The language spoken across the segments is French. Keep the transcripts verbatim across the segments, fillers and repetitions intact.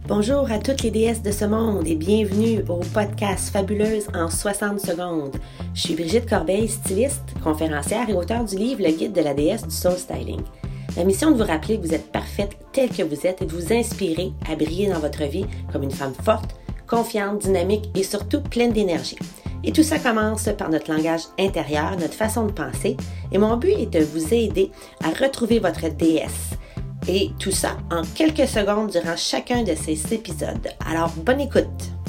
Bonjour à toutes les déesses de ce monde et bienvenue au podcast Fabuleuse en soixante secondes. Je suis Brigitte Corbeil, styliste, conférencière et auteure du livre Le guide de la déesse du soul styling. Ma mission est de vous rappeler que vous êtes parfaite telle que vous êtes et de vous inspirer à briller dans votre vie comme une femme forte, confiante, dynamique et surtout pleine d'énergie. Et tout ça commence par notre langage intérieur, notre façon de penser. Et mon but est de vous aider à retrouver votre déesse. Et tout ça en quelques secondes durant chacun de ces épisodes. Alors, bonne écoute!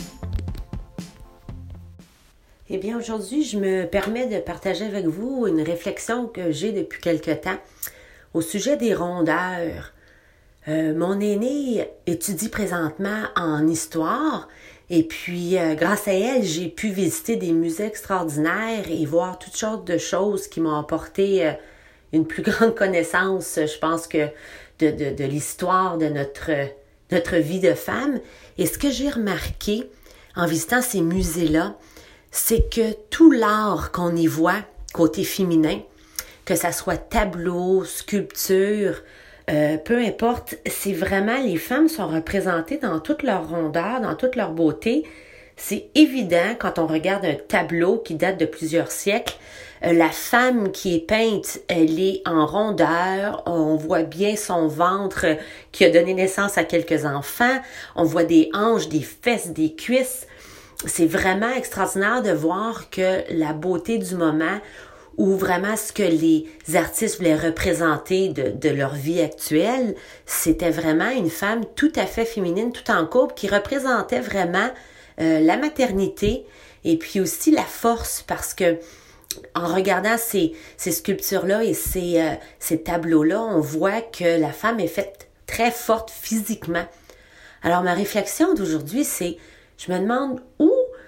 Eh bien, aujourd'hui, je me permets de partager avec vous une réflexion que j'ai depuis quelque temps au sujet des rondeurs. Euh, mon aînée étudie présentement en histoire et puis, euh, grâce à elle, j'ai pu visiter des musées extraordinaires et voir toutes sortes de choses qui m'ont apporté euh, une plus grande connaissance, je pense que de, de, de l'histoire de notre, notre vie de femme. Et ce que j'ai remarqué en visitant ces musées-là, c'est que tout l'art qu'on y voit, côté féminin, que ça soit tableau, sculpture, euh, peu importe, c'est vraiment, les femmes sont représentées dans toute leur rondeur, dans toute leur beauté. C'est évident quand on regarde un tableau qui date de plusieurs siècles, euh, la femme qui est peinte, elle est en rondeur, on voit bien son ventre euh, qui a donné naissance à quelques enfants, on voit des hanches, des fesses, des cuisses. C'est vraiment extraordinaire de voir que la beauté du moment ou vraiment ce que les artistes voulaient représenter de, de leur vie actuelle, c'était vraiment une femme tout à fait féminine, tout en couple, qui représentait vraiment euh, la maternité et puis aussi la force, parce que en regardant ces, ces sculptures-là et ces, euh, ces tableaux-là, on voit que la femme est faite très forte physiquement. Alors ma réflexion d'aujourd'hui, c'est, je me demande où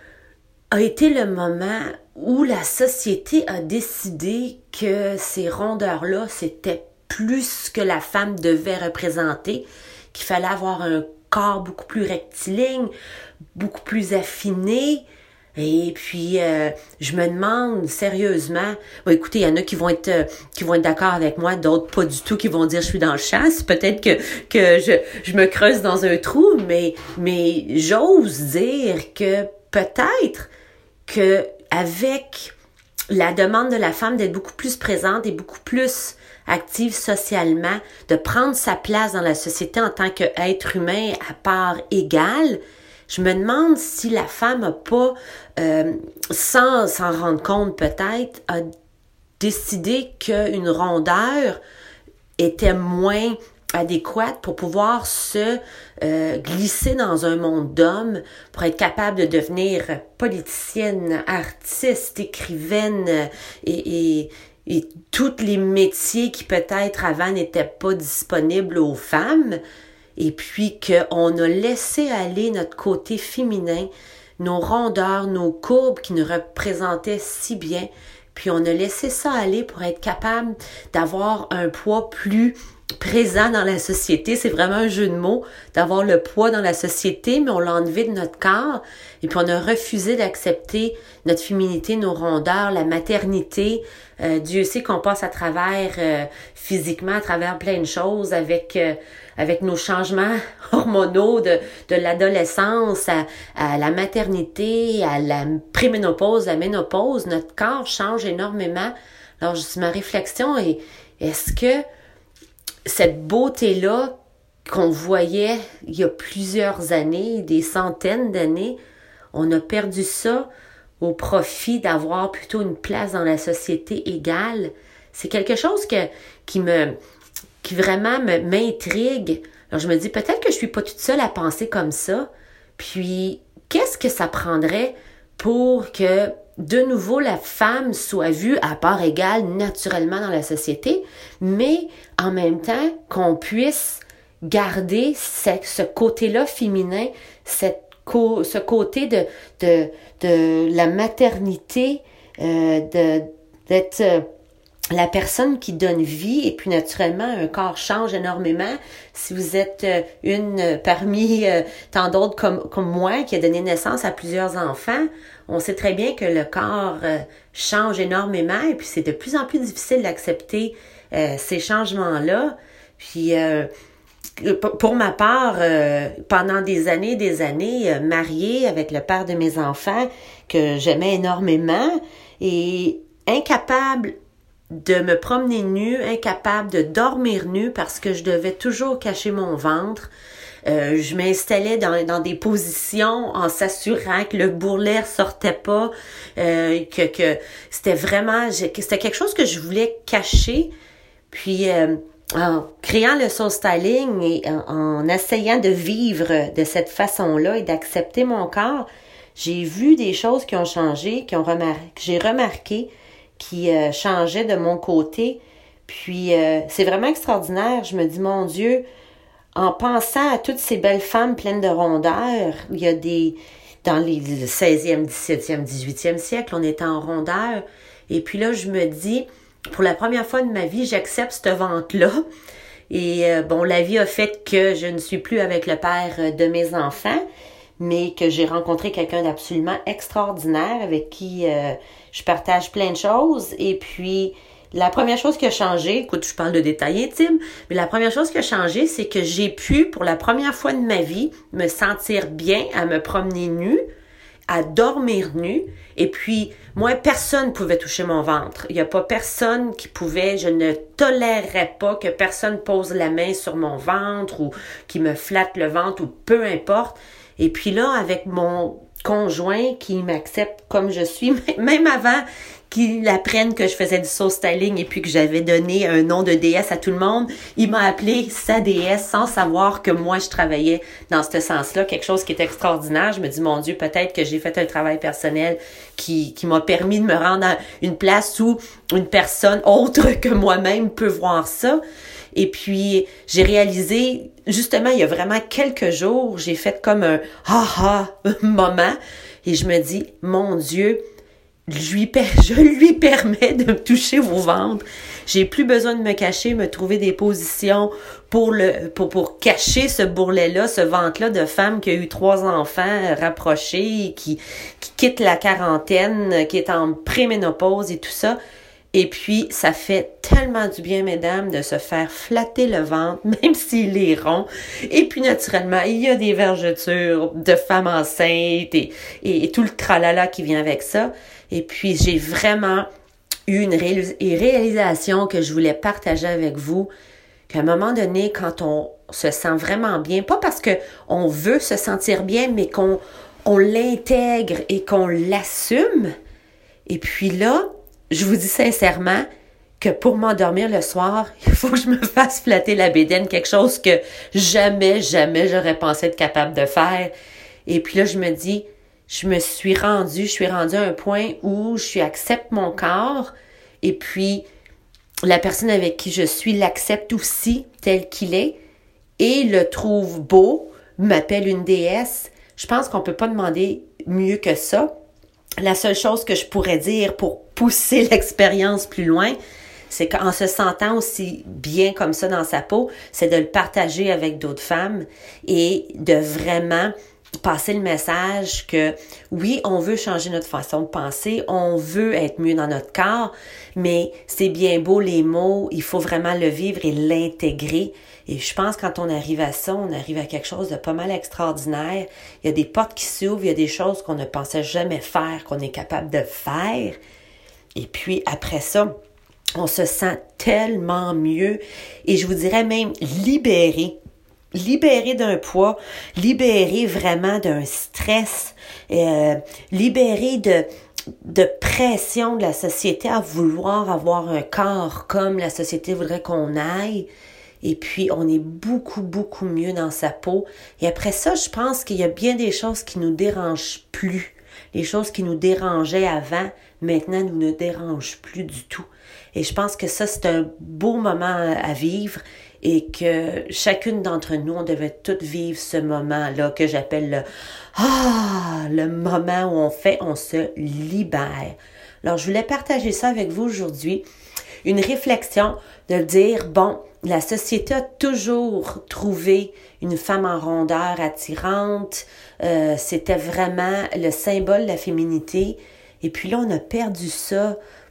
a été le moment où la société a décidé que ces rondeurs-là, c'était plus que la femme devait représenter, qu'il fallait avoir un corps beaucoup plus rectiligne, beaucoup plus affiné. Et puis, euh, je me demande sérieusement, bon, écoutez, il y en a qui vont être euh, qui vont être d'accord avec moi, d'autres pas du tout, qui vont dire je suis dans le chasse. Peut-être que que je je me creuse dans un trou, mais mais j'ose dire que peut-être que avec la demande de la femme d'être beaucoup plus présente et beaucoup plus active socialement, de prendre sa place dans la société en tant qu'être humain à part égale, je me demande si la femme n'a pas, euh, sans s'en rendre compte peut-être, a décidé qu'une rondeur était moins adéquate pour pouvoir se euh, glisser dans un monde d'hommes, pour être capable de devenir politicienne, artiste, écrivaine et, et, et tous les métiers qui peut-être avant n'étaient pas disponibles aux femmes. Et puis qu'on a laissé aller notre côté féminin, nos rondeurs, nos courbes qui nous représentaient si bien. Puis on a laissé ça aller pour être capable d'avoir un poids plus présent dans la société. C'est vraiment un jeu de mots, d'avoir le poids dans la société, mais on l'a enlevé de notre corps. Et puis on a refusé d'accepter notre féminité, nos rondeurs, la maternité. Euh, Dieu sait qu'on passe à travers, euh, physiquement, à travers plein de choses avec euh, avec nos changements hormonaux de, de l'adolescence à, à la maternité, à la préménopause, la ménopause. Notre corps change énormément. Alors, ma réflexion est, est-ce que cette beauté-là qu'on voyait il y a plusieurs années, des centaines d'années, on a perdu ça au profit d'avoir plutôt une place dans la société égale? C'est quelque chose que, qui me, qui vraiment me, m'intrigue. Alors je me dis, peut-être que je suis pas toute seule à penser comme ça. Puis, qu'est-ce que ça prendrait pour que, de nouveau, la femme soit vue à part égale naturellement dans la société, mais en même temps qu'on puisse garder ce, ce côté-là féminin, cette co- ce côté de, de, de la maternité, euh, de, d'être euh, la personne qui donne vie, et puis naturellement, un corps change énormément. Si vous êtes euh, une parmi euh, tant d'autres comme, comme moi, qui a donné naissance à plusieurs enfants, on sait très bien que le corps euh, change énormément, et puis c'est de plus en plus difficile d'accepter euh, ces changements-là. Puis, euh, pour ma part, euh, pendant des années et des années, euh, mariée avec le père de mes enfants, que j'aimais énormément, et incapable de me promener nue, incapable de dormir nue parce que je devais toujours cacher mon ventre. Euh, je m'installais dans, dans des positions en s'assurant que le bourrelet sortait pas, euh, que, que c'était vraiment, que c'était quelque chose que je voulais cacher. Puis, euh, en créant le soul styling et en, en essayant de vivre de cette façon-là et d'accepter mon corps, j'ai vu des choses qui ont changé, qui ont remar- que j'ai remarqué, qui euh, changeaient de mon côté. Puis, euh, c'est vraiment extraordinaire. Je me dis, mon Dieu, en pensant à toutes ces belles femmes pleines de rondeur, il y a des... Dans les, le seizième, dix-septième, dix-huitième siècle, on était en rondeur. Et puis là, je me dis, pour la première fois de ma vie, j'accepte ce ventre-là. Et euh, bon, la vie a fait que je ne suis plus avec le père de mes enfants, mais que j'ai rencontré quelqu'un d'absolument extraordinaire avec qui euh, je partage plein de choses. Et puis, la première chose qui a changé, écoute, je parle de détails intimes, mais la première chose qui a changé, c'est que j'ai pu, pour la première fois de ma vie, me sentir bien à me promener nue, à dormir nue. Et puis, moi, personne ne pouvait toucher mon ventre. Il n'y a pas personne qui pouvait, je ne tolérerais pas que personne pose la main sur mon ventre ou qui me flatte le ventre ou peu importe. Et puis là, avec mon conjoint qui m'accepte comme je suis, même avant qu'il apprenne que je faisais du soul styling et puis que j'avais donné un nom de déesse à tout le monde, il m'a appelé sa déesse sans savoir que moi, je travaillais dans ce sens-là, quelque chose qui est extraordinaire. Je me dis, mon Dieu, peut-être que j'ai fait un travail personnel qui, qui m'a permis de me rendre à une place où une personne autre que moi-même peut voir ça. Et puis, j'ai réalisé, justement, il y a vraiment quelques jours, j'ai fait comme un « ha-ha » moment. Et je me dis, mon Dieu, lui, je lui permets de me toucher au ventre. J'ai plus besoin de me cacher, me trouver des positions pour le pour, pour cacher ce bourrelet-là, ce ventre-là de femme qui a eu trois enfants rapprochés, qui, qui quitte la quarantaine, qui est en préménopause et tout ça. Et puis, ça fait tellement du bien, mesdames, de se faire flatter le ventre, même s'il est rond. Et puis, naturellement, il y a des vergetures de femmes enceintes et, et, et tout le tralala qui vient avec ça. Et puis, j'ai vraiment eu une réalis- réalisation que je voulais partager avec vous, qu'à un moment donné, quand on se sent vraiment bien, pas parce qu'on veut se sentir bien, mais qu'on on l'intègre et qu'on l'assume, et puis là, je vous dis sincèrement que pour m'endormir le soir, il faut que je me fasse flatter la bédaine, quelque chose que jamais, jamais j'aurais pensé être capable de faire. Et puis là, je me dis, je me suis rendue, je suis rendue à un point où je accepte mon corps et puis la personne avec qui je suis l'accepte aussi tel qu'il est et le trouve beau, m'appelle une déesse. Je pense qu'on peut pas demander mieux que ça. La seule chose que je pourrais dire pour pousser l'expérience plus loin, c'est qu'en se sentant aussi bien comme ça dans sa peau, c'est de le partager avec d'autres femmes et de vraiment passer le message que oui, on veut changer notre façon de penser, on veut être mieux dans notre corps, mais c'est bien beau les mots, il faut vraiment le vivre et l'intégrer. Et je pense que quand on arrive à ça, on arrive à quelque chose de pas mal extraordinaire. Il y a des portes qui s'ouvrent, il y a des choses qu'on ne pensait jamais faire, qu'on est capable de faire. Et puis après ça, on se sent tellement mieux et je vous dirais même libéré. Libéré d'un poids, libéré vraiment d'un stress, euh, libéré de, de pression de la société à vouloir avoir un corps comme la société voudrait qu'on aille. Et puis, on est beaucoup, beaucoup mieux dans sa peau. Et après ça, je pense qu'il y a bien des choses qui nous dérangent plus. Les choses qui nous dérangeaient avant, maintenant, nous ne dérangent plus du tout. Et je pense que ça, c'est un beau moment à vivre et que chacune d'entre nous, on devait toutes vivre ce moment-là que j'appelle le « ah », le moment où on fait, on se libère. Alors, je voulais partager ça avec vous aujourd'hui. Une réflexion de dire, bon, la société a toujours trouvé une femme en rondeur attirante. Euh, c'était vraiment le symbole de la féminité. Et puis là, on a perdu ça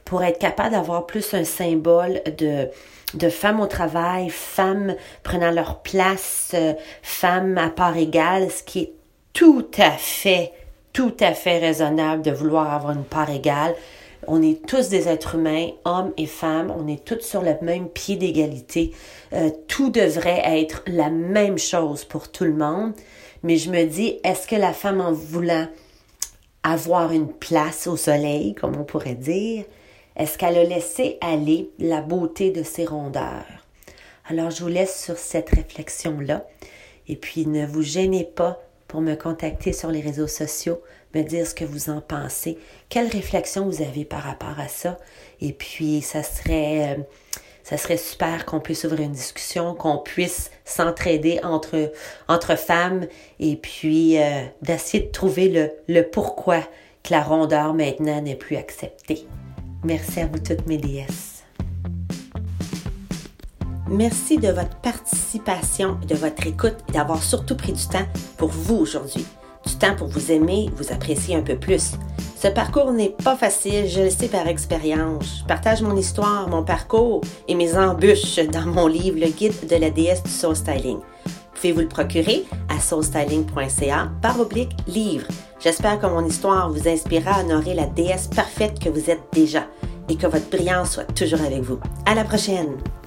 pour être capable d'avoir plus un symbole de, de femmes au travail, femmes prenant leur place, euh, femmes à part égale, ce qui est tout à fait, tout à fait raisonnable de vouloir avoir une part égale. On est tous des êtres humains, hommes et femmes, on est tous sur le même pied d'égalité. Euh, tout devrait être la même chose pour tout le monde. Mais je me dis, est-ce que la femme, en voulant avoir une place au soleil, comme on pourrait dire, est-ce qu'elle a laissé aller la beauté de ses rondeurs? Alors, je vous laisse sur cette réflexion-là. Et puis, ne vous gênez pas pour me contacter sur les réseaux sociaux, me dire ce que vous en pensez, quelle réflexion vous avez par rapport à ça. Et puis, ça serait, euh, ça serait super qu'on puisse ouvrir une discussion, qu'on puisse s'entraider entre, entre femmes et puis euh, d'essayer de trouver le, le pourquoi que la rondeur maintenant n'est plus acceptée. Merci à vous toutes mes déesses. Merci de votre participation, de votre écoute et d'avoir surtout pris du temps pour vous aujourd'hui. Du temps pour vous aimer, vous apprécier un peu plus. Ce parcours n'est pas facile, je le sais par expérience. Je partage mon histoire, mon parcours et mes embûches dans mon livre « Le guide de la déesse du soul styling ». Vous pouvez vous le procurer à soul styling point c a barre oblique livre. J'espère que mon histoire vous inspirera à honorer la déesse parfaite que vous êtes déjà et que votre brillance soit toujours avec vous. À la prochaine!